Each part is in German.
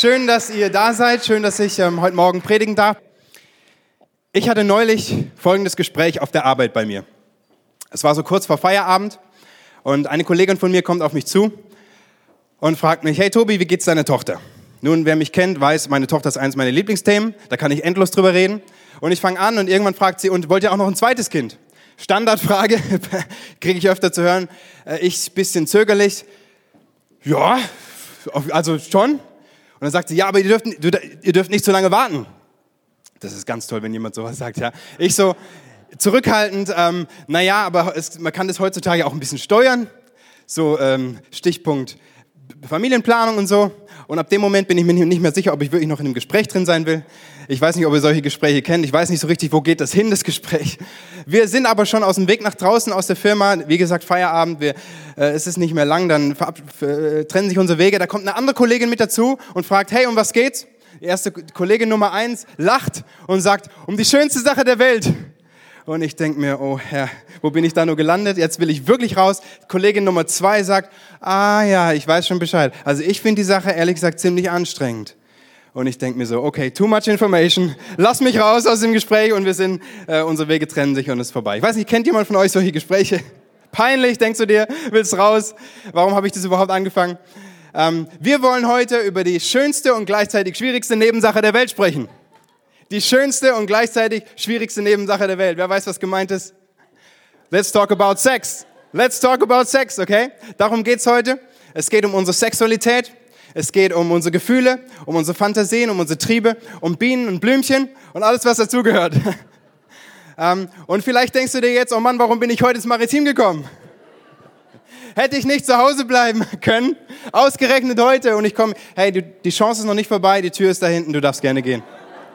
Schön, dass ihr da seid. Schön, dass ich heute Morgen predigen darf. Ich hatte neulich folgendes Gespräch auf der Arbeit bei mir. Es war so kurz vor Feierabend und eine Kollegin von mir kommt auf mich zu und fragt mich, hey Tobi, wie geht's deiner Tochter? Nun, wer mich kennt, weiß, meine Tochter ist eines meiner Lieblingsthemen. Da kann ich endlos drüber reden. Und ich fange an und irgendwann fragt sie, und wollt ihr auch noch ein zweites Kind? Standardfrage, kriege ich öfter zu hören. Ich bisschen zögerlich. Ja, also schon. Und dann sagt sie, ja, aber ihr dürft nicht so lange warten. Das ist ganz toll, wenn jemand sowas sagt, ja. Ich so zurückhaltend, naja, aber man kann das heutzutage auch ein bisschen steuern. So Stichpunkt Familienplanung und so. Und ab dem Moment bin ich mir nicht mehr sicher, ob ich wirklich noch in einem Gespräch drin sein will. Ich weiß nicht, ob ihr solche Gespräche kennt. Ich weiß nicht so richtig, wo geht das hin, das Gespräch. Wir sind aber schon aus dem Weg nach draußen aus der Firma. Wie gesagt, Feierabend. Es ist nicht mehr lang, dann trennen sich unsere Wege. Da kommt eine andere Kollegin mit dazu und fragt, hey, um was geht's? Die erste Kollegin Nummer 1 lacht und sagt, um die schönste Sache der Welt. Und ich denke mir, oh Herr, wo bin ich da nur gelandet? Jetzt will ich wirklich raus. Kollegin Nummer 2 sagt, ja, ich weiß schon Bescheid. Also ich finde die Sache ehrlich gesagt ziemlich anstrengend. Und ich denke mir so, okay, too much information. Lass mich raus aus dem Gespräch und unsere Wege trennen sich und es ist vorbei. Ich weiß nicht, kennt jemand von euch solche Gespräche? Peinlich, denkst du dir, willst raus? Warum habe ich das überhaupt angefangen? Wir wollen heute über die schönste und gleichzeitig schwierigste Nebensache der Welt sprechen. Die schönste und gleichzeitig schwierigste Nebensache der Welt. Wer weiß, was gemeint ist? Let's talk about sex. Let's talk about sex, okay? Darum geht's heute. Es geht um unsere Sexualität. Es geht um unsere Gefühle, um unsere Fantasien, um unsere Triebe, um Bienen und Blümchen und alles, was dazugehört. Und vielleicht denkst du dir jetzt, oh Mann, warum bin ich heute ins Maritim gekommen? Hätte ich nicht zu Hause bleiben können, ausgerechnet heute. Und ich komme, hey, die Chance ist noch nicht vorbei, die Tür ist da hinten, du darfst gerne gehen.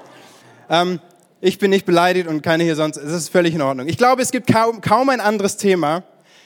Ich bin nicht beleidigt und keine hier sonst, es ist völlig in Ordnung. Ich glaube, es gibt kaum ein anderes Thema,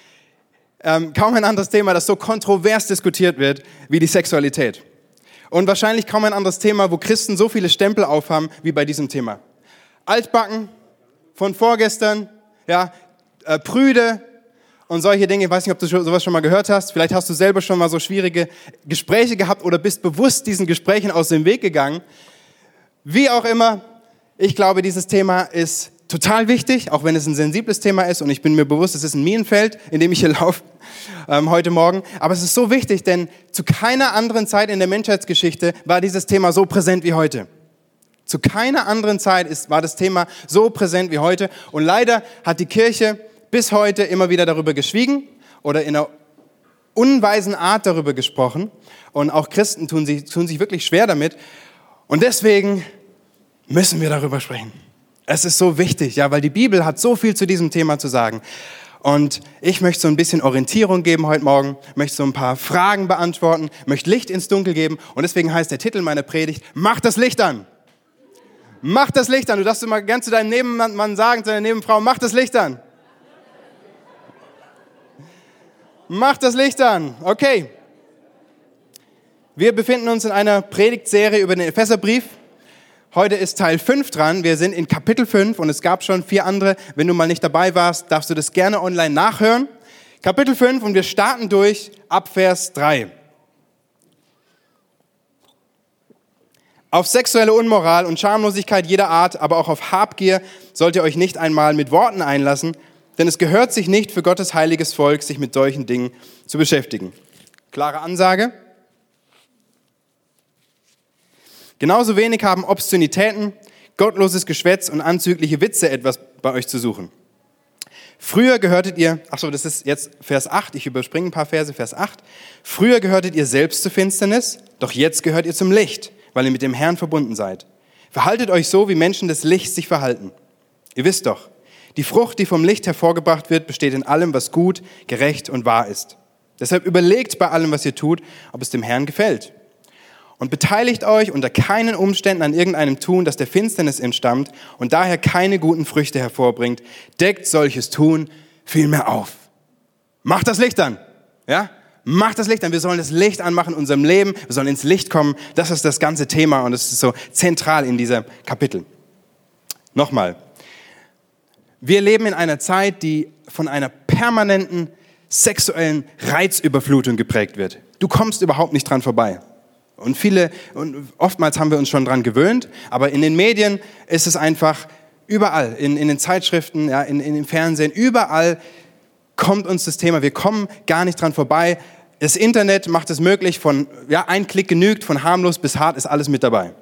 das so kontrovers diskutiert wird wie die Sexualität. Und wahrscheinlich kaum ein anderes Thema, wo Christen so viele Stempel aufhaben wie bei diesem Thema. Altbacken, von vorgestern, ja, prüde und solche Dinge. Ich weiß nicht, ob du sowas schon mal gehört hast. Vielleicht hast du selber schon mal so schwierige Gespräche gehabt oder bist bewusst diesen Gesprächen aus dem Weg gegangen. Wie auch immer, ich glaube, dieses Thema ist total wichtig, auch wenn es ein sensibles Thema ist und ich bin mir bewusst, es ist ein Minenfeld, in dem ich hier laufe heute Morgen. Aber es ist so wichtig, denn zu keiner anderen Zeit in der Menschheitsgeschichte war dieses Thema so präsent wie heute. Zu keiner anderen Zeit war das Thema so präsent wie heute. Und leider hat die Kirche bis heute immer wieder darüber geschwiegen oder in einer unweisen Art darüber gesprochen. Und auch Christen tun sich wirklich schwer damit. Und deswegen müssen wir darüber sprechen. Es ist so wichtig, ja, weil die Bibel hat so viel zu diesem Thema zu sagen. Und ich möchte so ein bisschen Orientierung geben heute Morgen, möchte so ein paar Fragen beantworten, möchte Licht ins Dunkel geben. Und deswegen heißt der Titel meiner Predigt, mach das Licht an. Mach das Licht an. Du darfst mal gern zu deinem Nebenmann sagen, zu deiner Nebenfrau, mach das Licht an. Mach das Licht an. Okay. Wir befinden uns in einer Predigtserie über den Epheserbrief. Heute ist Teil 5 dran. Wir sind in Kapitel 5 und es gab schon 4 andere. Wenn du mal nicht dabei warst, darfst du das gerne online nachhören. Kapitel 5 und wir starten durch ab Vers 3. Auf sexuelle Unmoral und Schamlosigkeit jeder Art, aber auch auf Habgier sollt ihr euch nicht einmal mit Worten einlassen, denn es gehört sich nicht für Gottes heiliges Volk, sich mit solchen Dingen zu beschäftigen. Klare Ansage. Genauso wenig haben Obszönitäten, gottloses Geschwätz und anzügliche Witze etwas bei euch zu suchen. Früher gehörtet ihr, das ist jetzt Vers 8, ich überspringe ein paar Verse, Vers 8. Früher gehörtet ihr selbst zur Finsternis, doch jetzt gehört ihr zum Licht, weil ihr mit dem Herrn verbunden seid. Verhaltet euch so, wie Menschen des Lichts sich verhalten. Ihr wisst doch, die Frucht, die vom Licht hervorgebracht wird, besteht in allem, was gut, gerecht und wahr ist. Deshalb überlegt bei allem, was ihr tut, ob es dem Herrn gefällt. Und beteiligt euch unter keinen Umständen an irgendeinem Tun, das der Finsternis entstammt und daher keine guten Früchte hervorbringt. Deckt solches Tun vielmehr auf. Macht das Licht an. Ja? Macht das Licht an. Wir sollen das Licht anmachen in unserem Leben. Wir sollen ins Licht kommen. Das ist das ganze Thema und das ist so zentral in diesem Kapitel. Nochmal. Wir leben in einer Zeit, die von einer permanenten sexuellen Reizüberflutung geprägt wird. Du kommst überhaupt nicht dran vorbei. Und oftmals haben wir uns schon dran gewöhnt, aber in den Medien ist es einfach überall, in den Zeitschriften, ja, in dem Fernsehen, überall kommt uns das Thema, wir kommen gar nicht dran vorbei. Das Internet macht es möglich, ein Klick genügt, von harmlos bis hart ist alles mit dabei.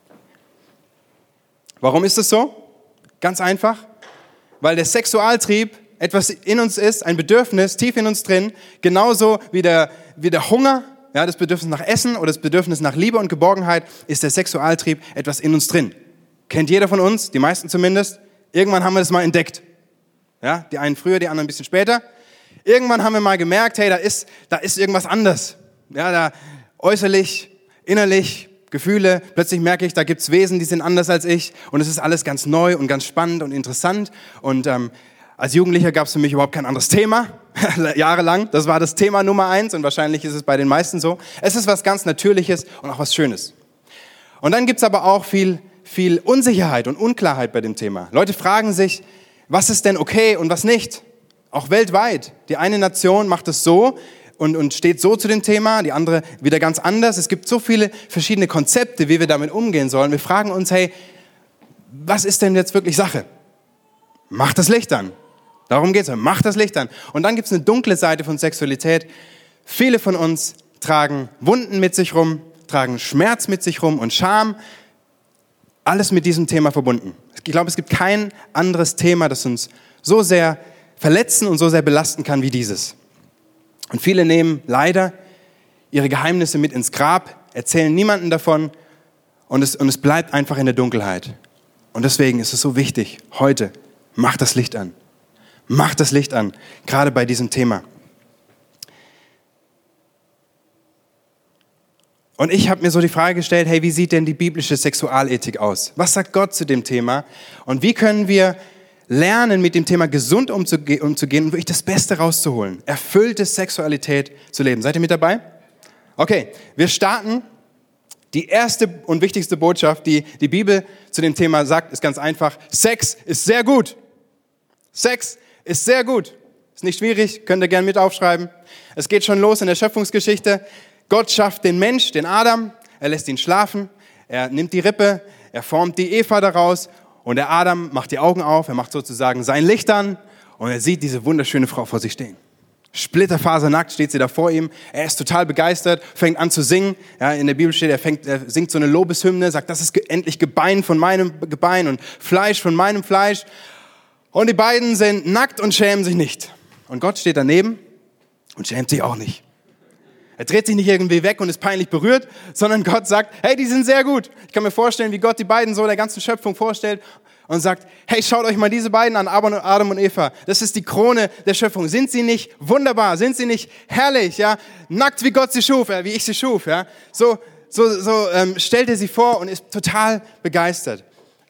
Warum ist es so? Ganz einfach, weil der Sexualtrieb etwas in uns ist, ein Bedürfnis tief in uns drin, genauso wie der Hunger, ja, das Bedürfnis nach Essen oder das Bedürfnis nach Liebe und Geborgenheit, ist der Sexualtrieb etwas in uns drin. Kennt jeder von uns, die meisten zumindest. Irgendwann haben wir das mal entdeckt. Ja, die einen früher, die anderen ein bisschen später. Irgendwann haben wir mal gemerkt, hey, da ist irgendwas anders. Ja, da äußerlich, innerlich, Gefühle. Plötzlich merke ich, da gibt's Wesen, die sind anders als ich. Und es ist alles ganz neu und ganz spannend und interessant. Und als Jugendlicher gab es für mich überhaupt kein anderes Thema, jahrelang. Das war das Thema Nummer 1 und wahrscheinlich ist es bei den meisten so. Es ist was ganz Natürliches und auch was Schönes. Und dann gibt es aber auch viel Unsicherheit und Unklarheit bei dem Thema. Leute fragen sich, was ist denn okay und was nicht? Auch weltweit. Die eine Nation macht es so und steht so zu dem Thema, die andere wieder ganz anders. Es gibt so viele verschiedene Konzepte, wie wir damit umgehen sollen. Wir fragen uns, hey, was ist denn jetzt wirklich Sache? Mach das Licht an. Darum geht es. Mach das Licht an. Und dann gibt es eine dunkle Seite von Sexualität. Viele von uns tragen Wunden mit sich rum, tragen Schmerz mit sich rum und Scham. Alles mit diesem Thema verbunden. Ich glaube, es gibt kein anderes Thema, das uns so sehr verletzen und so sehr belasten kann wie dieses. Und viele nehmen leider ihre Geheimnisse mit ins Grab, erzählen niemandem davon und es bleibt einfach in der Dunkelheit. Und deswegen ist es so wichtig, heute, mach das Licht an. Mach das Licht an, gerade bei diesem Thema. Und ich habe mir so die Frage gestellt, hey, wie sieht denn die biblische Sexualethik aus? Was sagt Gott zu dem Thema? Und wie können wir lernen, mit dem Thema gesund umzugehen und wirklich das Beste rauszuholen? Erfüllte Sexualität zu leben. Seid ihr mit dabei? Okay, wir starten. Die erste und wichtigste Botschaft, die die Bibel zu dem Thema sagt, ist ganz einfach. Sex ist sehr gut. Sex ist sehr gut. Ist nicht schwierig, könnt ihr gerne mit aufschreiben. Es geht schon los in der Schöpfungsgeschichte. Gott schafft den Mensch, den Adam, er lässt ihn schlafen, er nimmt die Rippe, er formt die Eva daraus und der Adam macht die Augen auf, er macht sozusagen sein Licht an und er sieht diese wunderschöne Frau vor sich stehen. Splitterfasernackt steht sie da vor ihm, er ist total begeistert, fängt an zu singen. Ja, in der Bibel steht, er singt so eine Lobeshymne, sagt, das ist endlich Gebein von meinem Gebein und Fleisch von meinem Fleisch. Und die beiden sind nackt und schämen sich nicht. Und Gott steht daneben und schämt sich auch nicht. Er dreht sich nicht irgendwie weg und ist peinlich berührt, sondern Gott sagt, hey, die sind sehr gut. Ich kann mir vorstellen, wie Gott die beiden so der ganzen Schöpfung vorstellt und sagt, hey, schaut euch mal diese beiden an, Adam und Eva. Das ist die Krone der Schöpfung. Sind sie nicht wunderbar? Sind sie nicht herrlich? Ja, nackt wie Gott sie schuf, wie ich sie schuf. Ja, so stellt er sie vor und ist total begeistert.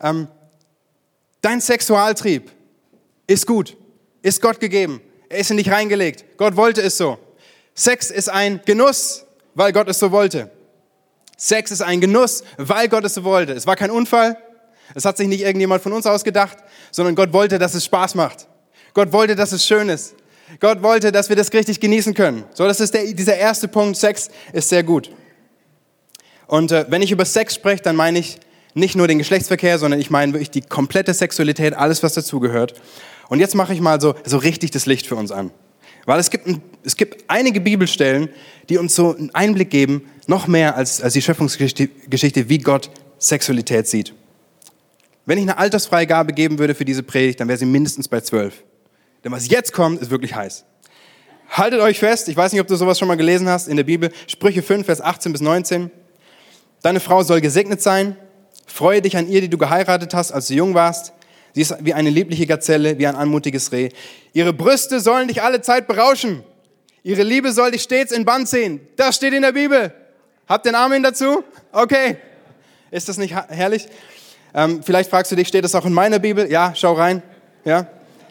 Dein Sexualtrieb ist gut, ist Gott gegeben. Er ist in dich reingelegt. Gott wollte es so. Sex ist ein Genuss, weil Gott es so wollte. Sex ist ein Genuss, weil Gott es so wollte. Es war kein Unfall, es hat sich nicht irgendjemand von uns ausgedacht, sondern Gott wollte, dass es Spaß macht. Gott wollte, dass es schön ist. Gott wollte, dass wir das richtig genießen können. So, das ist dieser erste Punkt, Sex ist sehr gut. Und wenn ich über Sex spreche, dann meine ich nicht nur den Geschlechtsverkehr, sondern ich meine wirklich die komplette Sexualität, alles, was dazugehört. Und jetzt mache ich mal so richtig das Licht für uns an. Weil es gibt einige Bibelstellen, die uns so einen Einblick geben, noch mehr als die Schöpfungsgeschichte, wie Gott Sexualität sieht. Wenn ich eine Altersfreigabe geben würde für diese Predigt, dann wäre sie mindestens bei 12. Denn was jetzt kommt, ist wirklich heiß. Haltet euch fest, ich weiß nicht, ob du sowas schon mal gelesen hast in der Bibel, Sprüche 5, Vers 18 bis 19. Deine Frau soll gesegnet sein, freue dich an ihr, die du geheiratet hast, als du jung warst. Sie ist wie eine liebliche Gazelle, wie ein anmutiges Reh. Ihre Brüste sollen dich alle Zeit berauschen. Ihre Liebe soll dich stets in Bann ziehen. Das steht in der Bibel. Habt ihr einen Amen dazu? Okay. Ist das nicht herrlich? Vielleicht fragst du dich, steht das auch in meiner Bibel? Ja, schau rein. Ja.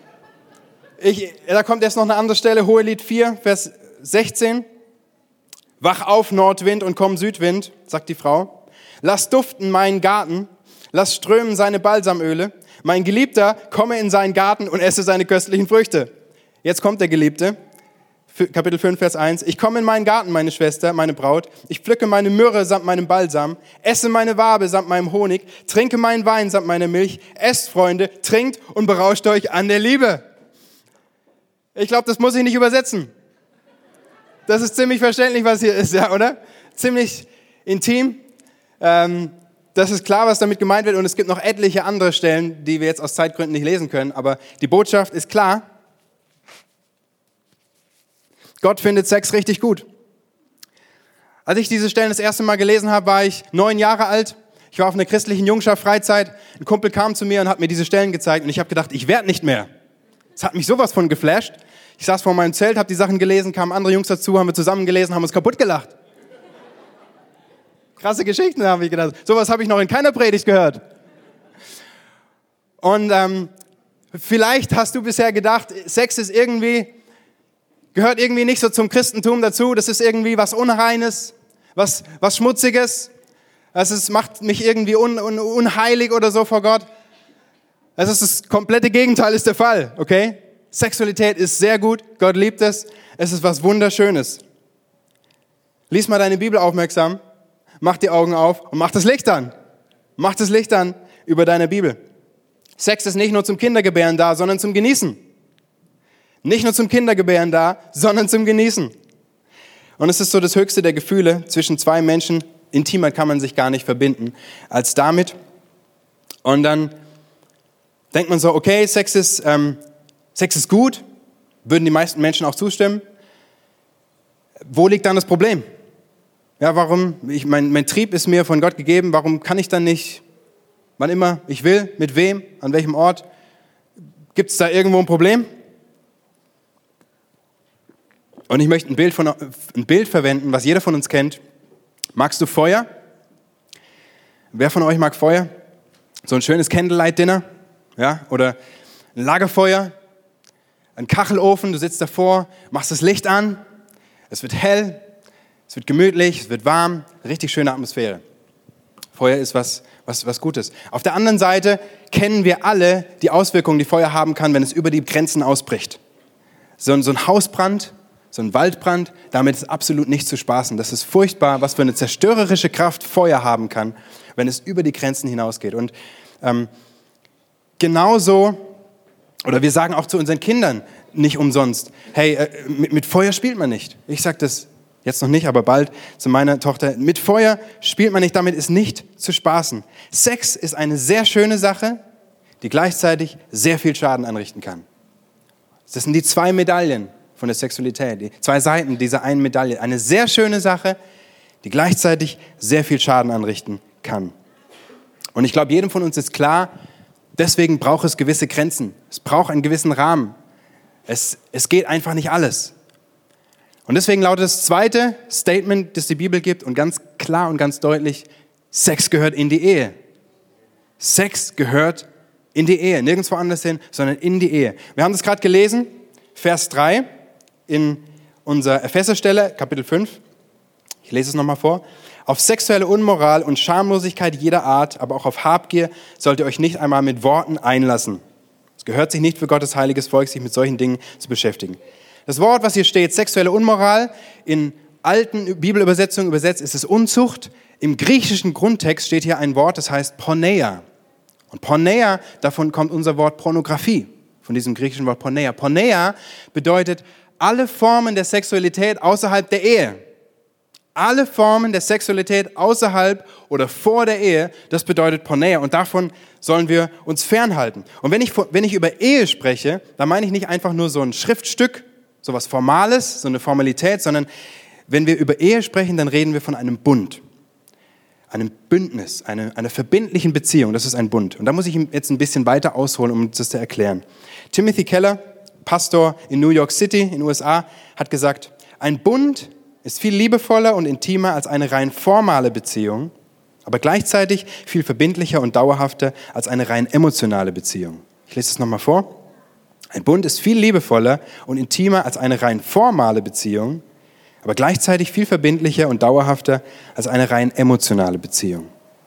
Da kommt erst noch eine andere Stelle, Hohelied 4, Vers 16. Wach auf, Nordwind, und komm, Südwind, sagt die Frau. Lass duften meinen Garten, lass strömen seine Balsamöle. Mein Geliebter komme in seinen Garten und esse seine köstlichen Früchte. Jetzt kommt der Geliebte. Kapitel 5, Vers 1. Ich komme in meinen Garten, meine Schwester, meine Braut. Ich pflücke meine Myrrhe samt meinem Balsam, esse meine Wabe samt meinem Honig, trinke meinen Wein samt meiner Milch. Esst, Freunde, trinkt und berauscht euch an der Liebe. Ich glaube, das muss ich nicht übersetzen. Das ist ziemlich verständlich, was hier ist, ja, oder? Ziemlich intim. Das ist klar, was damit gemeint wird. Und es gibt noch etliche andere Stellen, die wir jetzt aus Zeitgründen nicht lesen können. Aber die Botschaft ist klar. Gott findet Sex richtig gut. Als ich diese Stellen das erste Mal gelesen habe, war ich 9 Jahre alt. Ich war auf einer christlichen Jungschaft-Freizeit. Ein Kumpel kam zu mir und hat mir diese Stellen gezeigt. Und ich habe gedacht, ich werde nicht mehr. Es hat mich sowas von geflasht. Ich saß vor meinem Zelt, habe die Sachen gelesen, kamen andere Jungs dazu, haben wir zusammen gelesen, haben uns kaputt gelacht. Krasse Geschichten, habe ich gedacht. Sowas habe ich noch in keiner Predigt gehört. Und vielleicht hast du bisher gedacht, Sex ist gehört irgendwie nicht so zum Christentum dazu. Das ist irgendwie was Unreines, was Schmutziges. Macht mich irgendwie unheilig oder so vor Gott. Das komplette Gegenteil ist der Fall, okay? Sexualität ist sehr gut, Gott liebt es. Es ist was Wunderschönes. Lies mal deine Bibel aufmerksam, mach die Augen auf und mach das Licht an. Mach das Licht an über deine Bibel. Sex ist nicht nur zum Kindergebären da, sondern zum Genießen. Nicht nur zum Kindergebären da, sondern zum Genießen. Und es ist so das höchste der Gefühle zwischen zwei Menschen. Intimer kann man sich gar nicht verbinden als damit. Und dann denkt man so, okay, Sex ist gut, würden die meisten Menschen auch zustimmen. Wo liegt dann das Problem? Ja, warum? Mein Trieb ist mir von Gott gegeben, warum kann ich dann nicht, wann immer ich will, mit wem, an welchem Ort? Gibt es da irgendwo ein Problem? Und ich möchte ein Bild verwenden, was jeder von uns kennt. Magst du Feuer? Wer von euch mag Feuer? So ein schönes Candlelight-Dinner, ja? Oder ein Lagerfeuer, ein Kachelofen, du sitzt davor, machst das Licht an, es wird hell, es wird gemütlich, es wird warm, richtig schöne Atmosphäre. Feuer ist was Gutes. Auf der anderen Seite kennen wir alle die Auswirkungen, die Feuer haben kann, wenn es über die Grenzen ausbricht. So ein Hausbrand, so ein Waldbrand, damit ist absolut nicht zu spaßen. Das ist furchtbar, was für eine zerstörerische Kraft Feuer haben kann, wenn es über die Grenzen hinausgeht. Und genauso, oder wir sagen auch zu unseren Kindern nicht umsonst, hey, mit Feuer spielt man nicht. Ich sage das jetzt noch nicht, aber bald zu meiner Tochter. Mit Feuer spielt man nicht, damit ist nicht zu spaßen. Sex ist eine sehr schöne Sache, die gleichzeitig sehr viel Schaden anrichten kann. Das sind die 2 Medaillen von der Sexualität, die 2 Seiten dieser einen Medaille. Eine sehr schöne Sache, die gleichzeitig sehr viel Schaden anrichten kann. Und ich glaube, jedem von uns ist klar, deswegen braucht es gewisse Grenzen. Es braucht einen gewissen Rahmen. Es geht einfach nicht alles. Und deswegen lautet das zweite Statement, das die Bibel gibt, und ganz klar und ganz deutlich, Sex gehört in die Ehe. Sex gehört in die Ehe. Nirgendwo anders hin, sondern in die Ehe. Wir haben das gerade gelesen, Vers 3 in unserer Epheserstelle, Kapitel 5. Ich lese es nochmal vor. Auf sexuelle Unmoral und Schamlosigkeit jeder Art, aber auch auf Habgier sollt ihr euch nicht einmal mit Worten einlassen. Es gehört sich nicht für Gottes heiliges Volk, sich mit solchen Dingen zu beschäftigen. Das Wort, was hier steht, sexuelle Unmoral, in alten Bibelübersetzungen übersetzt ist es Unzucht. Im griechischen Grundtext steht hier ein Wort, das heißt Porneia. Und Porneia, davon kommt unser Wort Pornografie, von diesem griechischen Wort Porneia. Porneia bedeutet alle Formen der Sexualität außerhalb der Ehe. Alle Formen der Sexualität außerhalb oder vor der Ehe, das bedeutet Porneia. Und davon sollen wir uns fernhalten. Und wenn ich über Ehe spreche, dann meine ich nicht einfach nur so ein Schriftstück, so was Formales, so eine Formalität, sondern wenn wir über Ehe sprechen, dann reden wir von einem Bund, einem Bündnis, einer verbindlichen Beziehung. Das ist ein Bund. Und da muss ich jetzt ein bisschen weiter ausholen, um das zu erklären. Timothy Keller, Pastor in New York City in den USA, hat gesagt, ein Bund ist viel liebevoller und intimer als eine rein formale Beziehung, aber gleichzeitig viel verbindlicher und dauerhafter als eine rein emotionale Beziehung. Ich lese es nochmal vor. Ein Bund ist viel liebevoller und intimer als eine rein formale Beziehung, aber gleichzeitig viel verbindlicher und dauerhafter als eine rein emotionale Beziehung.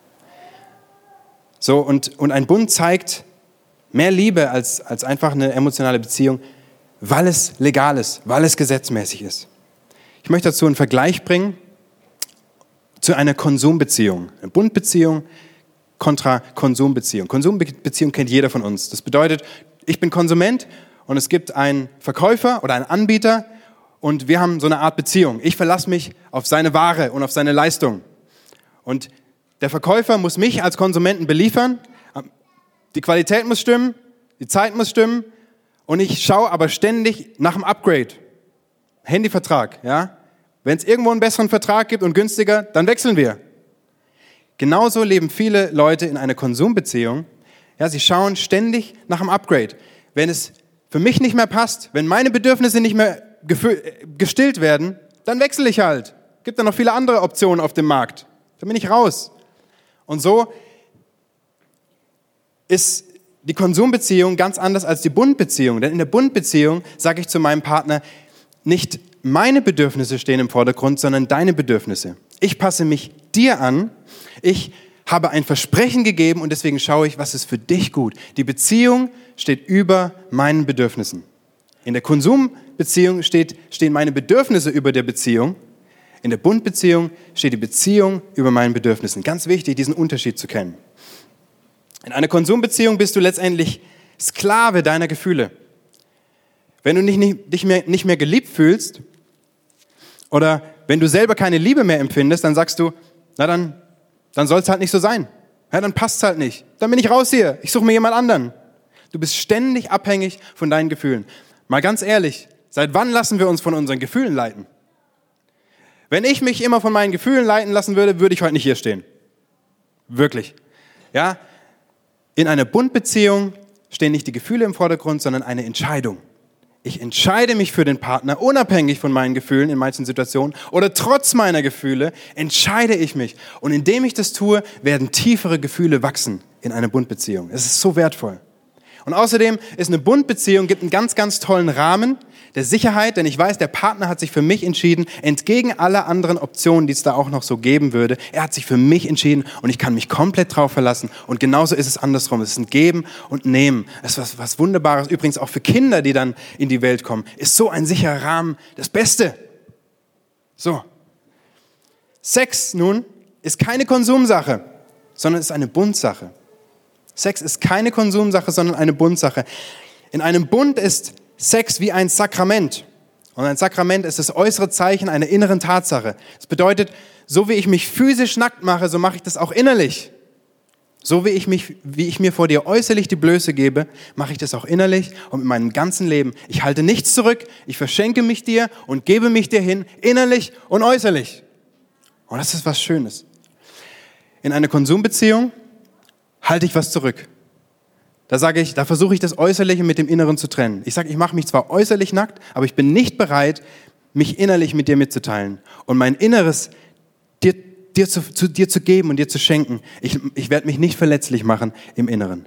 So, und ein Bund zeigt mehr Liebe als einfach eine emotionale Beziehung, weil es legal ist, weil es gesetzmäßig ist. Ich möchte dazu einen Vergleich bringen zu einer Konsumbeziehung. Eine Bundbeziehung kontra Konsumbeziehung. Konsumbeziehung kennt jeder von uns. Das bedeutet, ich bin Konsument und es gibt einen Verkäufer oder einen Anbieter und wir haben so eine Art Beziehung. Ich verlasse mich auf seine Ware und auf seine Leistung. Und der Verkäufer muss mich als Konsumenten beliefern. Die Qualität muss stimmen, die Zeit muss stimmen und ich schaue aber ständig nach dem Upgrade. Handyvertrag, ja. Wenn es irgendwo einen besseren Vertrag gibt und günstiger, dann wechseln wir. Genauso leben viele Leute in einer Konsumbeziehung. Ja, sie schauen ständig nach dem Upgrade. Wenn es für mich nicht mehr passt, wenn meine Bedürfnisse nicht mehr gestillt werden, dann wechsle ich halt. Gibt dann noch viele andere Optionen auf dem Markt. Dann bin ich raus. Und so ist die Konsumbeziehung ganz anders als die Bundbeziehung. Denn in der Bundbeziehung sage ich zu meinem Partner, nicht meine Bedürfnisse stehen im Vordergrund, sondern deine Bedürfnisse. Ich passe mich dir an, ich habe ein Versprechen gegeben und deswegen schaue ich, was ist für dich gut. Die Beziehung steht über meinen Bedürfnissen. In der Konsumbeziehung stehen meine Bedürfnisse über der Beziehung. In der Bundbeziehung steht die Beziehung über meinen Bedürfnissen. Ganz wichtig, diesen Unterschied zu kennen. In einer Konsumbeziehung bist du letztendlich Sklave deiner Gefühle. Wenn du dich nicht mehr geliebt fühlst oder wenn du selber keine Liebe mehr empfindest, dann sagst du, na dann soll es halt nicht so sein. Ja, dann passt es halt nicht. Dann bin ich raus hier. Ich suche mir jemand anderen. Du bist ständig abhängig von deinen Gefühlen. Mal ganz ehrlich, seit wann lassen wir uns von unseren Gefühlen leiten? Wenn ich mich immer von meinen Gefühlen leiten lassen würde, würde ich heute nicht hier stehen. Wirklich. Ja? In einer Bundbeziehung stehen nicht die Gefühle im Vordergrund, sondern eine Entscheidung. Ich entscheide mich für den Partner, unabhängig von meinen Gefühlen in manchen Situationen oder trotz meiner Gefühle entscheide ich mich. Und indem ich das tue, werden tiefere Gefühle wachsen in einer Bundbeziehung. Es ist so wertvoll. Und außerdem ist eine Bundbeziehung, gibt einen ganz, ganz tollen Rahmen der Sicherheit, denn ich weiß, der Partner hat sich für mich entschieden, entgegen aller anderen Optionen, die es da auch noch so geben würde. Er hat sich für mich entschieden und ich kann mich komplett drauf verlassen. Und genauso ist es andersrum. Es ist ein Geben und Nehmen. Es ist was Wunderbares. Übrigens auch für Kinder, die dann in die Welt kommen, ist so ein sicherer Rahmen das Beste. So. Sex nun ist keine Konsumsache, sondern ist eine Bundsache. Sex ist keine Konsumsache, sondern eine Bundsache. In einem Bund ist Sex wie ein Sakrament. Und ein Sakrament ist das äußere Zeichen einer inneren Tatsache. Das bedeutet, so wie ich mich physisch nackt mache, so mache ich das auch innerlich. So wie ich mir vor dir äußerlich die Blöße gebe, mache ich das auch innerlich und mit meinem ganzen Leben. Ich halte nichts zurück, ich verschenke mich dir und gebe mich dir hin, innerlich und äußerlich. Und das ist was Schönes. In einer Konsumbeziehung halte ich was zurück. Da versuche ich das Äußerliche mit dem Inneren zu trennen. Ich sage, ich mache mich zwar äußerlich nackt, aber ich bin nicht bereit, mich innerlich mit dir mitzuteilen und mein Inneres dir zu geben und dir zu schenken. Ich werde mich nicht verletzlich machen im Inneren.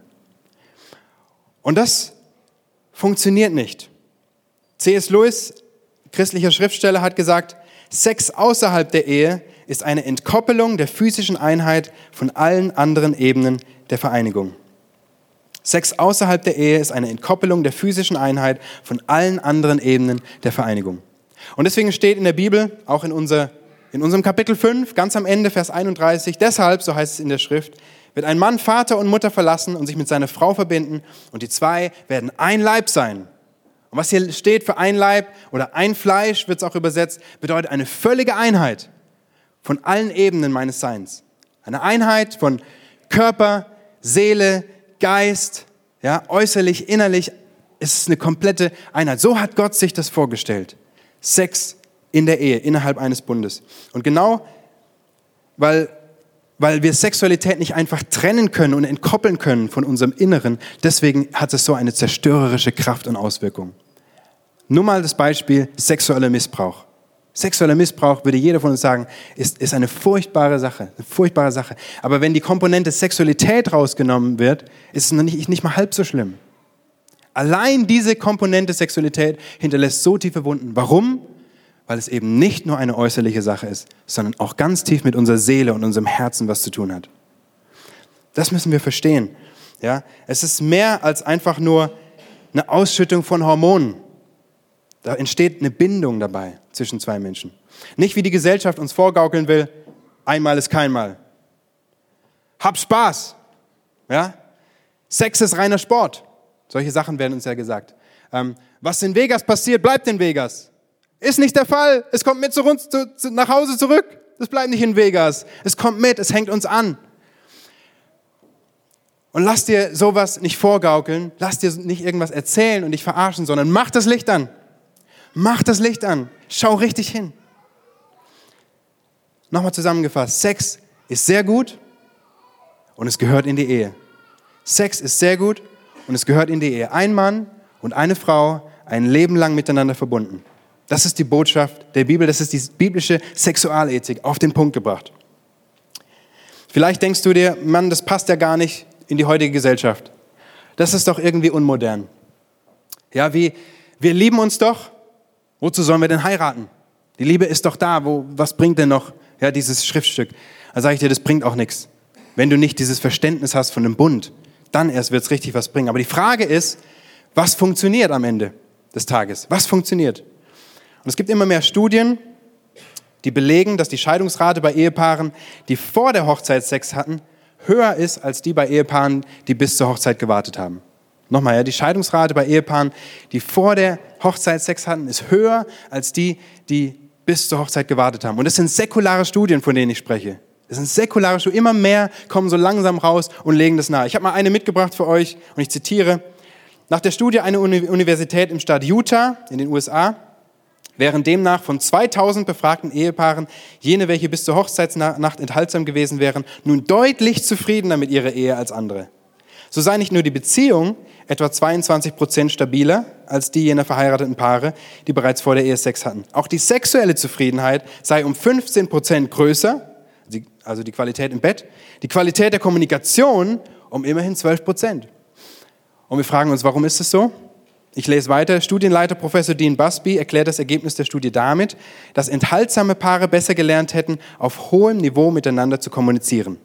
Und das funktioniert nicht. C.S. Lewis, christlicher Schriftsteller, hat gesagt, Sex außerhalb der Ehe ist eine Entkoppelung der physischen Einheit von allen anderen Ebenen der Vereinigung. Sex außerhalb der Ehe ist eine Entkoppelung der physischen Einheit von allen anderen Ebenen der Vereinigung. Und deswegen steht in der Bibel, auch in unserem Kapitel 5, ganz am Ende, Vers 31, deshalb, so heißt es in der Schrift, wird ein Mann Vater und Mutter verlassen und sich mit seiner Frau verbinden und die zwei werden ein Leib sein. Und was hier steht für ein Leib oder ein Fleisch, wird es auch übersetzt, bedeutet eine völlige Einheit von allen Ebenen meines Seins. Eine Einheit von Körper, Seele, Geist, ja, äußerlich, innerlich, ist es eine komplette Einheit. So hat Gott sich das vorgestellt. Sex in der Ehe, innerhalb eines Bundes. Und genau, weil wir Sexualität nicht einfach trennen können und entkoppeln können von unserem Inneren, deswegen hat es so eine zerstörerische Kraft und Auswirkung. Nur mal das Beispiel sexueller Missbrauch. Sexueller Missbrauch, würde jeder von uns sagen, ist eine furchtbare Sache. Aber wenn die Komponente Sexualität rausgenommen wird, ist es nicht mal halb so schlimm. Allein diese Komponente Sexualität hinterlässt so tiefe Wunden. Warum? Weil es eben nicht nur eine äußerliche Sache ist, sondern auch ganz tief mit unserer Seele und unserem Herzen was zu tun hat. Das müssen wir verstehen. Ja? Es ist mehr als einfach nur eine Ausschüttung von Hormonen. Da entsteht eine Bindung dabei zwischen zwei Menschen. Nicht wie die Gesellschaft uns vorgaukeln will, einmal ist kein Mal. Hab Spaß. Ja? Sex ist reiner Sport. Solche Sachen werden uns ja gesagt. Was in Vegas passiert, bleibt in Vegas. Ist nicht der Fall. Es kommt mit zu uns nach Hause zurück. Es bleibt nicht in Vegas. Es kommt mit, es hängt uns an. Und lass dir sowas nicht vorgaukeln, lass dir nicht irgendwas erzählen und dich verarschen, sondern mach das Licht an. Mach das Licht an. Schau richtig hin. Nochmal zusammengefasst. Sex ist sehr gut und es gehört in die Ehe. Sex ist sehr gut und es gehört in die Ehe. Ein Mann und eine Frau, ein Leben lang miteinander verbunden. Das ist die Botschaft der Bibel, das ist die biblische Sexualethik auf den Punkt gebracht. Vielleicht denkst du dir, Mann, das passt ja gar nicht in die heutige Gesellschaft. Das ist doch irgendwie unmodern. Ja, wir lieben uns doch. Wozu sollen wir denn heiraten? Die Liebe ist doch da. Was bringt denn noch dieses Schriftstück? Da sage ich dir, das bringt auch nichts. Wenn du nicht dieses Verständnis hast von dem Bund, dann erst wird es richtig was bringen. Aber die Frage ist, was funktioniert am Ende des Tages? Was funktioniert? Und es gibt immer mehr Studien, die belegen, dass die Scheidungsrate bei Ehepaaren, die vor der Hochzeit Sex hatten, höher ist als die bei Ehepaaren, die bis zur Hochzeit gewartet haben. Nochmal, die Scheidungsrate bei Ehepaaren, die vor der Hochzeit Sex hatten, ist höher als die bis zur Hochzeit gewartet haben. Und das sind säkulare Studien, von denen ich spreche. Das sind säkulare Studien. Immer mehr kommen so langsam raus und legen das nahe. Ich habe mal eine mitgebracht für euch und ich zitiere. Nach der Studie einer Universität im Staat Utah in den USA wären demnach von 2000 befragten Ehepaaren jene, welche bis zur Hochzeitsnacht enthaltsam gewesen wären, nun deutlich zufriedener mit ihrer Ehe als andere. So sei nicht nur die Beziehung etwa 22% stabiler als die jener verheirateten Paare, die bereits vor der Ehe Sex hatten. Auch die sexuelle Zufriedenheit sei um 15% größer, also die Qualität im Bett, die Qualität der Kommunikation um immerhin 12%. Und wir fragen uns, warum ist es so? Ich lese weiter. Studienleiter Professor Dean Busby erklärt das Ergebnis der Studie damit, dass enthaltsame Paare besser gelernt hätten, auf hohem Niveau miteinander zu kommunizieren.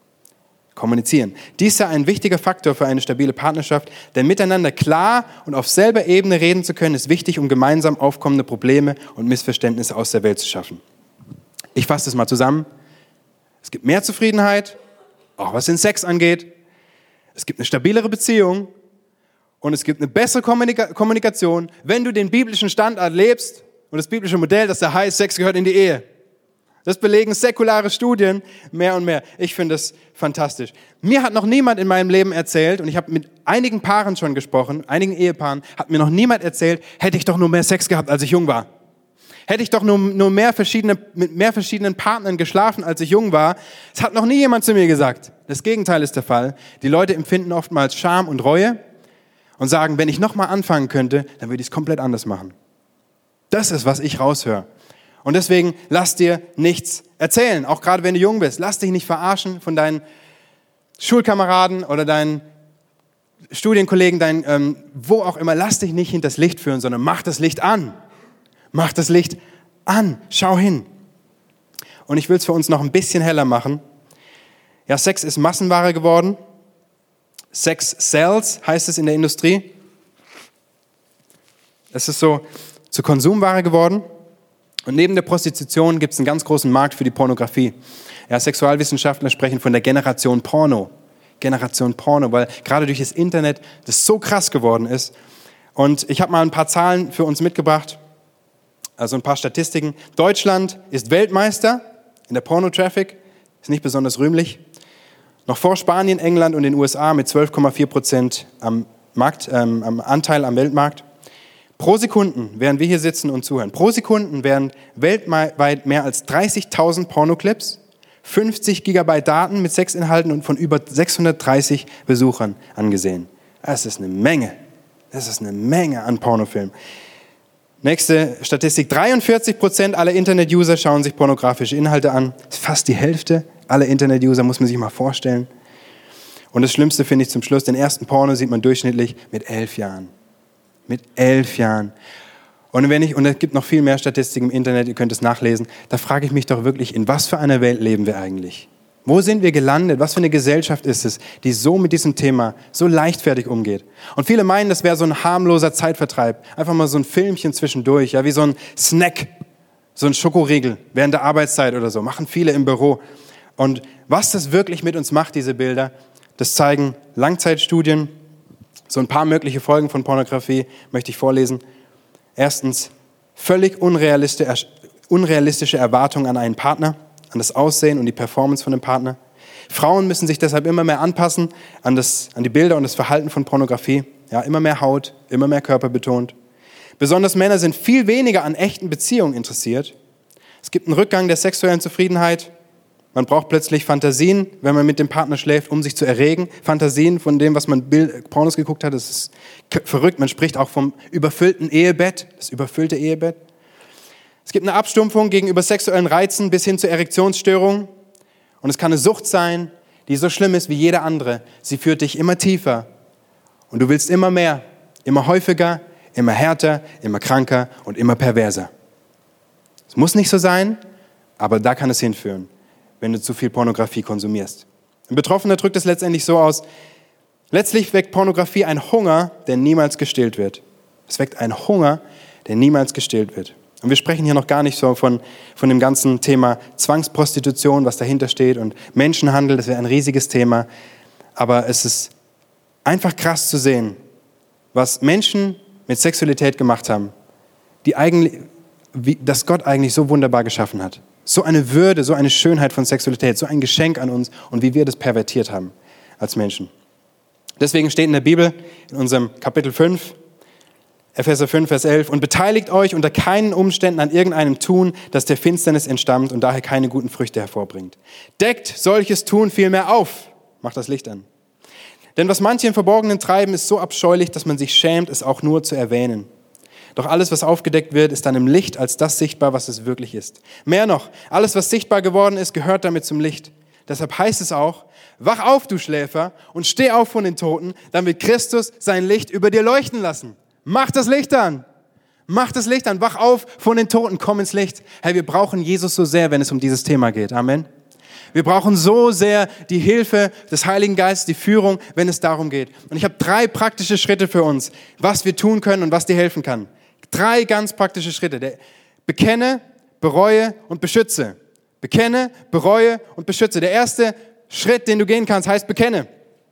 Dies sei ein wichtiger Faktor für eine stabile Partnerschaft, denn miteinander klar und auf selber Ebene reden zu können, ist wichtig, um gemeinsam aufkommende Probleme und Missverständnisse aus der Welt zu schaffen. Ich fasse das mal zusammen. Es gibt mehr Zufriedenheit, auch was den Sex angeht. Es gibt eine stabilere Beziehung. Und es gibt eine bessere Kommunikation, wenn du den biblischen Standard lebst und das biblische Modell, das da heißt, Sex gehört in die Ehe. Das belegen säkulare Studien mehr und mehr. Ich finde das fantastisch. Mir hat noch niemand in meinem Leben erzählt, und ich habe mit einigen Paaren schon gesprochen, einigen Ehepaaren, hat mir noch niemand erzählt, hätte ich doch nur mehr Sex gehabt, als ich jung war. Hätte ich doch nur mit mehr verschiedenen Partnern geschlafen, als ich jung war. Es hat noch nie jemand zu mir gesagt. Das Gegenteil ist der Fall. Die Leute empfinden oftmals Scham und Reue und sagen, wenn ich nochmal anfangen könnte, dann würde ich es komplett anders machen. Das ist, was ich raushöre. Und deswegen lass dir nichts erzählen, auch gerade wenn du jung bist. Lass dich nicht verarschen von deinen Schulkameraden oder deinen Studienkollegen, wo auch immer. Lass dich nicht hinters Licht führen, sondern mach das Licht an. Mach das Licht an. Schau hin. Und ich will es für uns noch ein bisschen heller machen. Ja, Sex ist Massenware geworden. Sex sells, heißt es in der Industrie. Es ist so zur Konsumware geworden. Und neben der Prostitution gibt es einen ganz großen Markt für die Pornografie. Ja, Sexualwissenschaftler sprechen von der Generation Porno. Generation Porno, weil gerade durch das Internet das so krass geworden ist. Und ich habe mal ein paar Zahlen für uns mitgebracht, also ein paar Statistiken. Deutschland ist Weltmeister in der Porno-Traffic, ist nicht besonders rühmlich. Noch vor Spanien, England und den USA mit 12,4% am Anteil am Weltmarkt. Pro Sekunden, während wir hier sitzen und zuhören, pro Sekunden werden weltweit mehr als 30.000 Pornoclips, 50 Gigabyte Daten mit Sexinhalten und von über 630 Besuchern angesehen. Das ist eine Menge. Das ist eine Menge an Pornofilmen. Nächste Statistik, 43% aller Internet-User schauen sich pornografische Inhalte an. Das ist fast die Hälfte aller Internet-User, muss man sich mal vorstellen. Und das Schlimmste finde ich zum Schluss, den ersten Porno sieht man durchschnittlich mit 11 Jahren. Mit 11 Jahren. Und es gibt noch viel mehr Statistiken im Internet, ihr könnt es nachlesen, da frage ich mich doch wirklich, in was für einer Welt leben wir eigentlich? Wo sind wir gelandet? Was für eine Gesellschaft ist es, die so mit diesem Thema so leichtfertig umgeht? Und viele meinen, das wäre so ein harmloser Zeitvertreib. Einfach mal so ein Filmchen zwischendurch, ja, wie so ein Snack, so ein Schokoriegel während der Arbeitszeit oder so. Machen viele im Büro. Und was das wirklich mit uns macht, diese Bilder, das zeigen Langzeitstudien. So ein paar mögliche Folgen von Pornografie möchte ich vorlesen. Erstens, völlig unrealistische Erwartungen an einen Partner, an das Aussehen und die Performance von dem Partner. Frauen müssen sich deshalb immer mehr anpassen an die Bilder und das Verhalten von Pornografie. Ja, immer mehr Haut, immer mehr Körper betont. Besonders Männer sind viel weniger an echten Beziehungen interessiert. Es gibt einen Rückgang der sexuellen Zufriedenheit. Man braucht plötzlich Fantasien, wenn man mit dem Partner schläft, um sich zu erregen. Fantasien von dem, was man Pornos geguckt hat, das ist verrückt. Man spricht auch vom überfüllten Ehebett, das überfüllte Ehebett. Es gibt eine Abstumpfung gegenüber sexuellen Reizen bis hin zur Erektionsstörung. Und es kann eine Sucht sein, die so schlimm ist wie jede andere. Sie führt dich immer tiefer. Und du willst immer mehr, immer häufiger, immer härter, immer kranker und immer perverser. Es muss nicht so sein, aber da kann es hinführen, wenn du zu viel Pornografie konsumierst. Ein Betroffener drückt es letztendlich so aus: Letztlich weckt Pornografie einen Hunger, der niemals gestillt wird. Es weckt einen Hunger, der niemals gestillt wird. Und wir sprechen hier noch gar nicht so von dem ganzen Thema Zwangsprostitution, was dahinter steht, und Menschenhandel, das wäre ein riesiges Thema. Aber es ist einfach krass zu sehen, was Menschen mit Sexualität gemacht haben, dass Gott eigentlich so wunderbar geschaffen hat. So eine Würde, so eine Schönheit von Sexualität, so ein Geschenk an uns und wie wir das pervertiert haben als Menschen. Deswegen steht in der Bibel, in unserem Kapitel 5, Epheser 5, Vers 11, und beteiligt euch unter keinen Umständen an irgendeinem Tun, das der Finsternis entstammt und daher keine guten Früchte hervorbringt. Deckt solches Tun vielmehr auf. Macht das Licht an. Denn was manche im Verborgenen treiben, ist so abscheulich, dass man sich schämt, es auch nur zu erwähnen. Doch alles, was aufgedeckt wird, ist dann im Licht als das sichtbar, was es wirklich ist. Mehr noch, alles, was sichtbar geworden ist, gehört damit zum Licht. Deshalb heißt es auch: Wach auf, du Schläfer, und steh auf von den Toten, dann wird Christus sein Licht über dir leuchten lassen. Mach das Licht an. Mach das Licht an. Wach auf von den Toten, komm ins Licht. Hey, wir brauchen Jesus so sehr, wenn es um dieses Thema geht. Amen. Wir brauchen so sehr die Hilfe des Heiligen Geistes, die Führung, wenn es darum geht. Und ich habe 3 praktische Schritte für uns, was wir tun können und was dir helfen kann. 3 ganz praktische Schritte. Bekenne, bereue und beschütze. Bekenne, bereue und beschütze. Der erste Schritt, den du gehen kannst, heißt bekenne.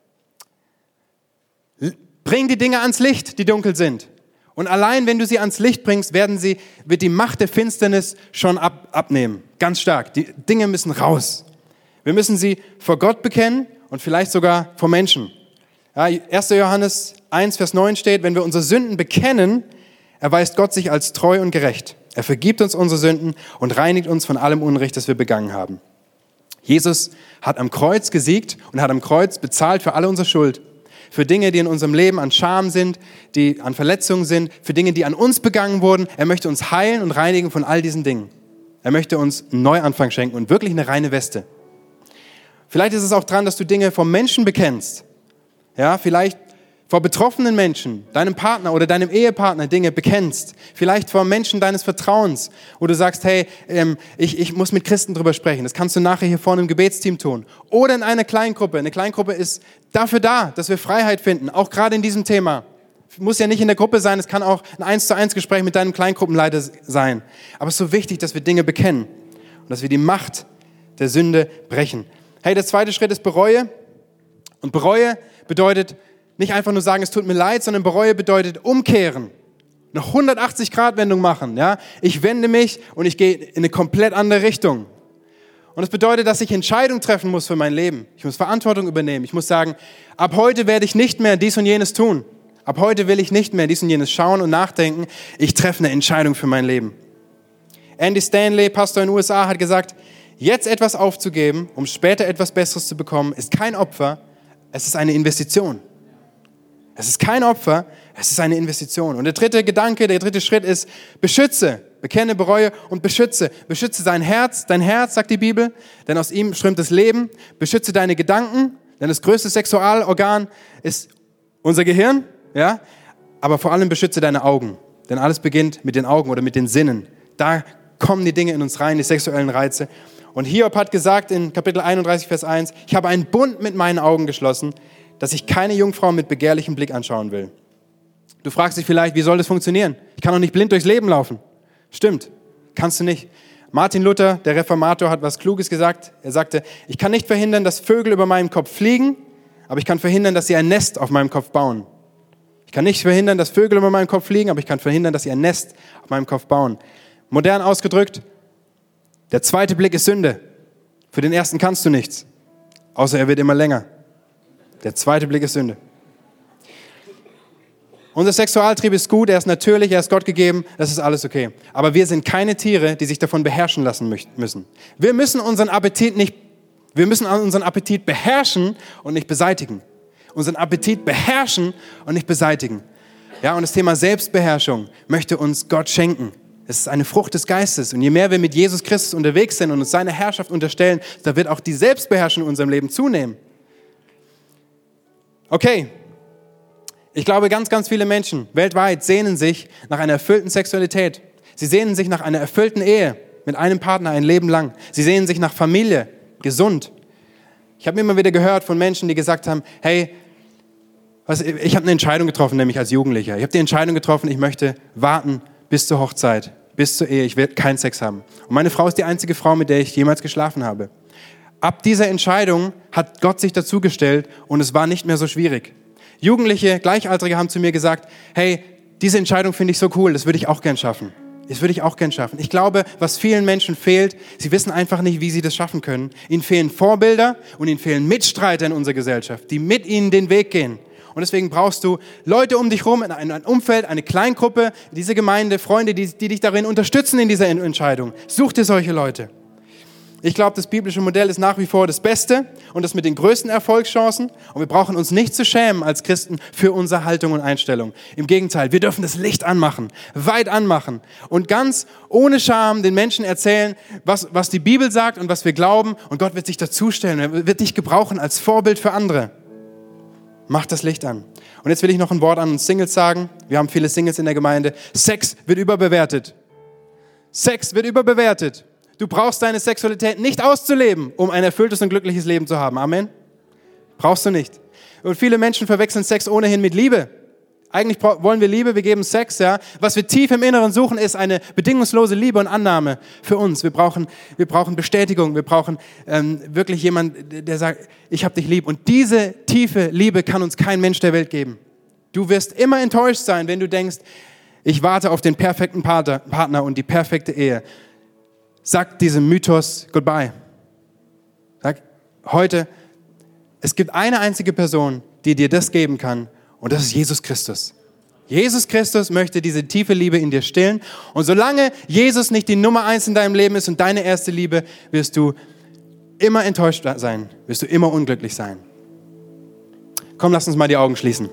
Bring die Dinge ans Licht, die dunkel sind. Und allein, wenn du sie ans Licht bringst, wird die Macht der Finsternis schon abnehmen. Ganz stark. Die Dinge müssen raus. Wir müssen sie vor Gott bekennen und vielleicht sogar vor Menschen. Ja, 1. Johannes 1, Vers 9 steht: Wenn wir unsere Sünden bekennen, erweist Gott sich als treu und gerecht. Er vergibt uns unsere Sünden und reinigt uns von allem Unrecht, das wir begangen haben. Jesus hat am Kreuz gesiegt und hat am Kreuz bezahlt für alle unsere Schuld. Für Dinge, die in unserem Leben an Scham sind, die an Verletzungen sind, für Dinge, die an uns begangen wurden. Er möchte uns heilen und reinigen von all diesen Dingen. Er möchte uns einen Neuanfang schenken und wirklich eine reine Weste. Vielleicht ist es auch dran, dass du Dinge vom Menschen bekennst. Ja, vielleicht vor betroffenen Menschen, deinem Partner oder deinem Ehepartner Dinge bekennst. Vielleicht vor Menschen deines Vertrauens, wo du sagst: Hey, ich muss mit Christen drüber sprechen. Das kannst du nachher hier vorne im Gebetsteam tun. Oder in einer Kleingruppe. Eine Kleingruppe ist dafür da, dass wir Freiheit finden, auch gerade in diesem Thema. Muss ja nicht in der Gruppe sein, es kann auch ein 1:1 Gespräch mit deinem Kleingruppenleiter sein. Aber es ist so wichtig, dass wir Dinge bekennen und dass wir die Macht der Sünde brechen. Hey, der zweite Schritt ist bereue. Und bereue bedeutet nicht einfach nur sagen, es tut mir leid, sondern bereue bedeutet umkehren. Eine 180-Grad-Wendung machen. Ja? Ich wende mich und ich gehe in eine komplett andere Richtung. Und das bedeutet, dass ich Entscheidungen treffen muss für mein Leben. Ich muss Verantwortung übernehmen. Ich muss sagen, ab heute werde ich nicht mehr dies und jenes tun. Ab heute will ich nicht mehr dies und jenes schauen und nachdenken. Ich treffe eine Entscheidung für mein Leben. Andy Stanley, Pastor in den USA, hat gesagt: Jetzt etwas aufzugeben, um später etwas Besseres zu bekommen, ist kein Opfer, es ist eine Investition. Es ist kein Opfer, es ist eine Investition. Und der dritte Schritt ist: beschütze, bekenne, bereue und beschütze. Beschütze dein Herz, sagt die Bibel, denn aus ihm strömt das Leben. Beschütze deine Gedanken, denn das größte Sexualorgan ist unser Gehirn. Ja? Aber vor allem beschütze deine Augen, denn alles beginnt mit den Augen oder mit den Sinnen. Da kommen die Dinge in uns rein, die sexuellen Reize. Und Hiob hat gesagt in Kapitel 31, Vers 1, ich habe einen Bund mit meinen Augen geschlossen, dass ich keine Jungfrau mit begehrlichem Blick anschauen will. Du fragst dich vielleicht, wie soll das funktionieren? Ich kann doch nicht blind durchs Leben laufen. Stimmt, kannst du nicht. Martin Luther, der Reformator, hat was Kluges gesagt. Er sagte, ich kann nicht verhindern, dass Vögel über meinem Kopf fliegen, aber ich kann verhindern, dass sie ein Nest auf meinem Kopf bauen. Ich kann nicht verhindern, dass Vögel über meinem Kopf fliegen, aber ich kann verhindern, dass sie ein Nest auf meinem Kopf bauen. Modern ausgedrückt, der zweite Blick ist Sünde. Für den ersten kannst du nichts, außer er wird immer länger. Der zweite Blick ist Sünde. Unser Sexualtrieb ist gut, er ist natürlich, er ist Gott gegeben, das ist alles okay. Aber wir sind keine Tiere, die sich davon beherrschen lassen müssen. Wir müssen unseren Appetit beherrschen und nicht beseitigen. Unseren Appetit beherrschen und nicht beseitigen. Ja, und das Thema Selbstbeherrschung möchte uns Gott schenken. Es ist eine Frucht des Geistes. Und je mehr wir mit Jesus Christus unterwegs sind und uns seine Herrschaft unterstellen, da wird auch die Selbstbeherrschung in unserem Leben zunehmen. Okay. Ich glaube, ganz, ganz viele Menschen weltweit sehnen sich nach einer erfüllten Sexualität. Sie sehnen sich nach einer erfüllten Ehe mit einem Partner ein Leben lang. Sie sehnen sich nach Familie, gesund. Ich habe immer wieder gehört von Menschen, die gesagt haben, hey, ich habe eine Entscheidung getroffen, nämlich als Jugendlicher. Ich habe die Entscheidung getroffen, ich möchte warten bis zur Hochzeit, bis zur Ehe. Ich will keinen Sex haben. Und meine Frau ist die einzige Frau, mit der ich jemals geschlafen habe. Ab dieser Entscheidung hat Gott sich dazugestellt und es war nicht mehr so schwierig. Jugendliche, Gleichaltrige haben zu mir gesagt, hey, diese Entscheidung finde ich so cool, das würde ich auch gern schaffen. Das würde ich auch gern schaffen. Ich glaube, was vielen Menschen fehlt, sie wissen einfach nicht, wie sie das schaffen können. Ihnen fehlen Vorbilder und ihnen fehlen Mitstreiter in unserer Gesellschaft, die mit ihnen den Weg gehen. Und deswegen brauchst du Leute um dich herum, ein Umfeld, eine Kleingruppe, diese Gemeinde, Freunde, die dich darin unterstützen in dieser Entscheidung. Such dir solche Leute. Ich glaube, das biblische Modell ist nach wie vor das Beste und das mit den größten Erfolgschancen. Und wir brauchen uns nicht zu schämen als Christen für unsere Haltung und Einstellung. Im Gegenteil, wir dürfen das Licht anmachen, weit anmachen und ganz ohne Scham den Menschen erzählen, was die Bibel sagt und was wir glauben. Und Gott wird sich dazustellen, er wird dich gebrauchen als Vorbild für andere. Mach das Licht an. Und jetzt will ich noch ein Wort an uns Singles sagen. Wir haben viele Singles in der Gemeinde. Sex wird überbewertet. Sex wird überbewertet. Du brauchst deine Sexualität nicht auszuleben, um ein erfülltes und glückliches Leben zu haben. Amen? Brauchst du nicht. Und viele Menschen verwechseln Sex ohnehin mit Liebe. Eigentlich wollen wir Liebe, wir geben Sex. Ja. Was wir tief im Inneren suchen, ist eine bedingungslose Liebe und Annahme für uns. Wir brauchen Bestätigung, wir brauchen wirklich jemanden, der sagt, ich habe dich lieb. Und diese tiefe Liebe kann uns kein Mensch der Welt geben. Du wirst immer enttäuscht sein, wenn du denkst, ich warte auf den perfekten Partner und die perfekte Ehe. Sag diesem Mythos goodbye. Sag heute, es gibt eine einzige Person, die dir das geben kann, und das ist Jesus Christus. Jesus Christus möchte diese tiefe Liebe in dir stillen. Und solange Jesus nicht die Nummer 1 in deinem Leben ist und deine erste Liebe, wirst du immer enttäuscht sein, wirst du immer unglücklich sein. Komm, lass uns mal die Augen schließen.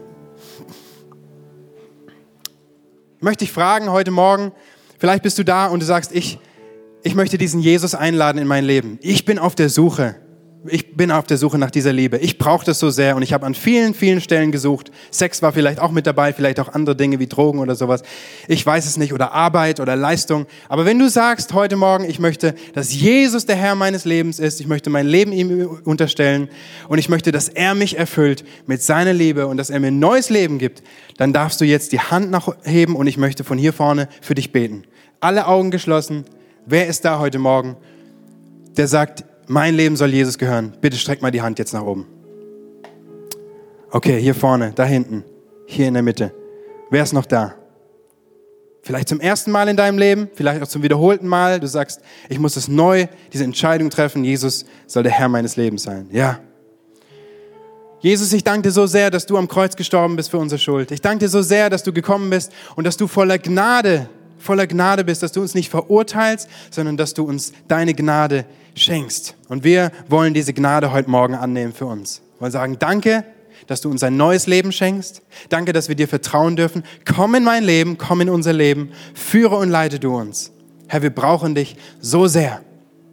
Ich möchte dich fragen heute Morgen, vielleicht bist du da und du sagst, ich möchte diesen Jesus einladen in mein Leben. Ich bin auf der Suche. Ich bin auf der Suche nach dieser Liebe. Ich brauche das so sehr und ich habe an vielen, vielen Stellen gesucht. Sex war vielleicht auch mit dabei, vielleicht auch andere Dinge wie Drogen oder sowas. Ich weiß es nicht, oder Arbeit oder Leistung. Aber wenn du sagst heute Morgen, ich möchte, dass Jesus der Herr meines Lebens ist, ich möchte mein Leben ihm unterstellen und ich möchte, dass er mich erfüllt mit seiner Liebe und dass er mir ein neues Leben gibt, dann darfst du jetzt die Hand nachheben und ich möchte von hier vorne für dich beten. Alle Augen geschlossen. Wer ist da heute Morgen, der sagt, mein Leben soll Jesus gehören? Bitte streck mal die Hand jetzt nach oben. Okay, hier vorne, da hinten, hier in der Mitte. Wer ist noch da? Vielleicht zum ersten Mal in deinem Leben, vielleicht auch zum wiederholten Mal. Du sagst, ich muss es neu, diese Entscheidung treffen. Jesus soll der Herr meines Lebens sein. Ja. Jesus, ich danke dir so sehr, dass du am Kreuz gestorben bist für unsere Schuld. Ich danke dir so sehr, dass du gekommen bist und dass du voller Gnade bist, dass du uns nicht verurteilst, sondern dass du uns deine Gnade schenkst. Und wir wollen diese Gnade heute Morgen annehmen für uns. Wir wollen sagen, danke, dass du uns ein neues Leben schenkst. Danke, dass wir dir vertrauen dürfen. Komm in mein Leben, komm in unser Leben. Führe und leite du uns. Herr, wir brauchen dich so sehr.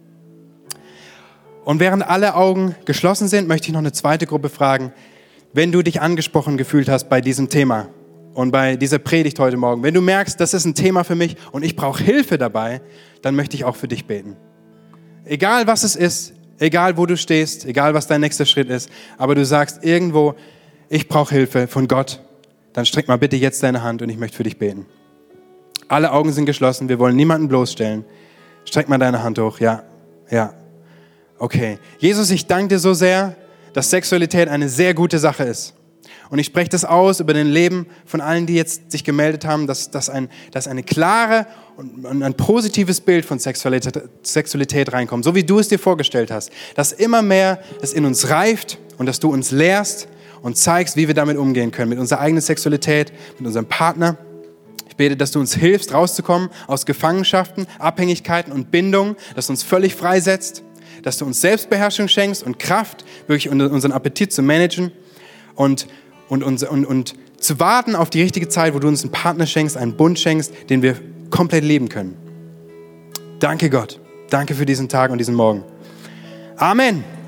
Und während alle Augen geschlossen sind, möchte ich noch eine zweite Gruppe fragen. Wenn du dich angesprochen gefühlt hast bei diesem Thema, und bei dieser Predigt heute Morgen, wenn du merkst, das ist ein Thema für mich und ich brauche Hilfe dabei, dann möchte ich auch für dich beten. egal was es ist, egal wo du stehst, egal was dein nächster Schritt ist, aber du sagst irgendwo, ich brauche Hilfe von Gott, dann streck mal bitte jetzt deine Hand und ich möchte für dich beten. Alle Augen sind geschlossen, wir wollen niemanden bloßstellen. Streck mal deine Hand hoch, ja. Okay. Jesus, ich danke dir so sehr, dass Sexualität eine sehr gute Sache ist. Und ich spreche das aus über den Leben von allen, die jetzt sich gemeldet haben, dass eine klare und ein positives Bild von Sexualität reinkommt, so wie du es dir vorgestellt hast. Dass immer mehr es in uns reift und dass du uns lehrst und zeigst, wie wir damit umgehen können, mit unserer eigenen Sexualität, mit unserem Partner. Ich bete, dass du uns hilfst, rauszukommen aus Gefangenschaften, Abhängigkeiten und Bindungen, dass du uns völlig freisetzt, dass du uns Selbstbeherrschung schenkst und Kraft, wirklich unseren Appetit zu managen und zu warten auf die richtige Zeit, wo du uns einen Partner schenkst, einen Bund schenkst, den wir komplett leben können. Danke Gott. Danke für diesen Tag und diesen Morgen. Amen.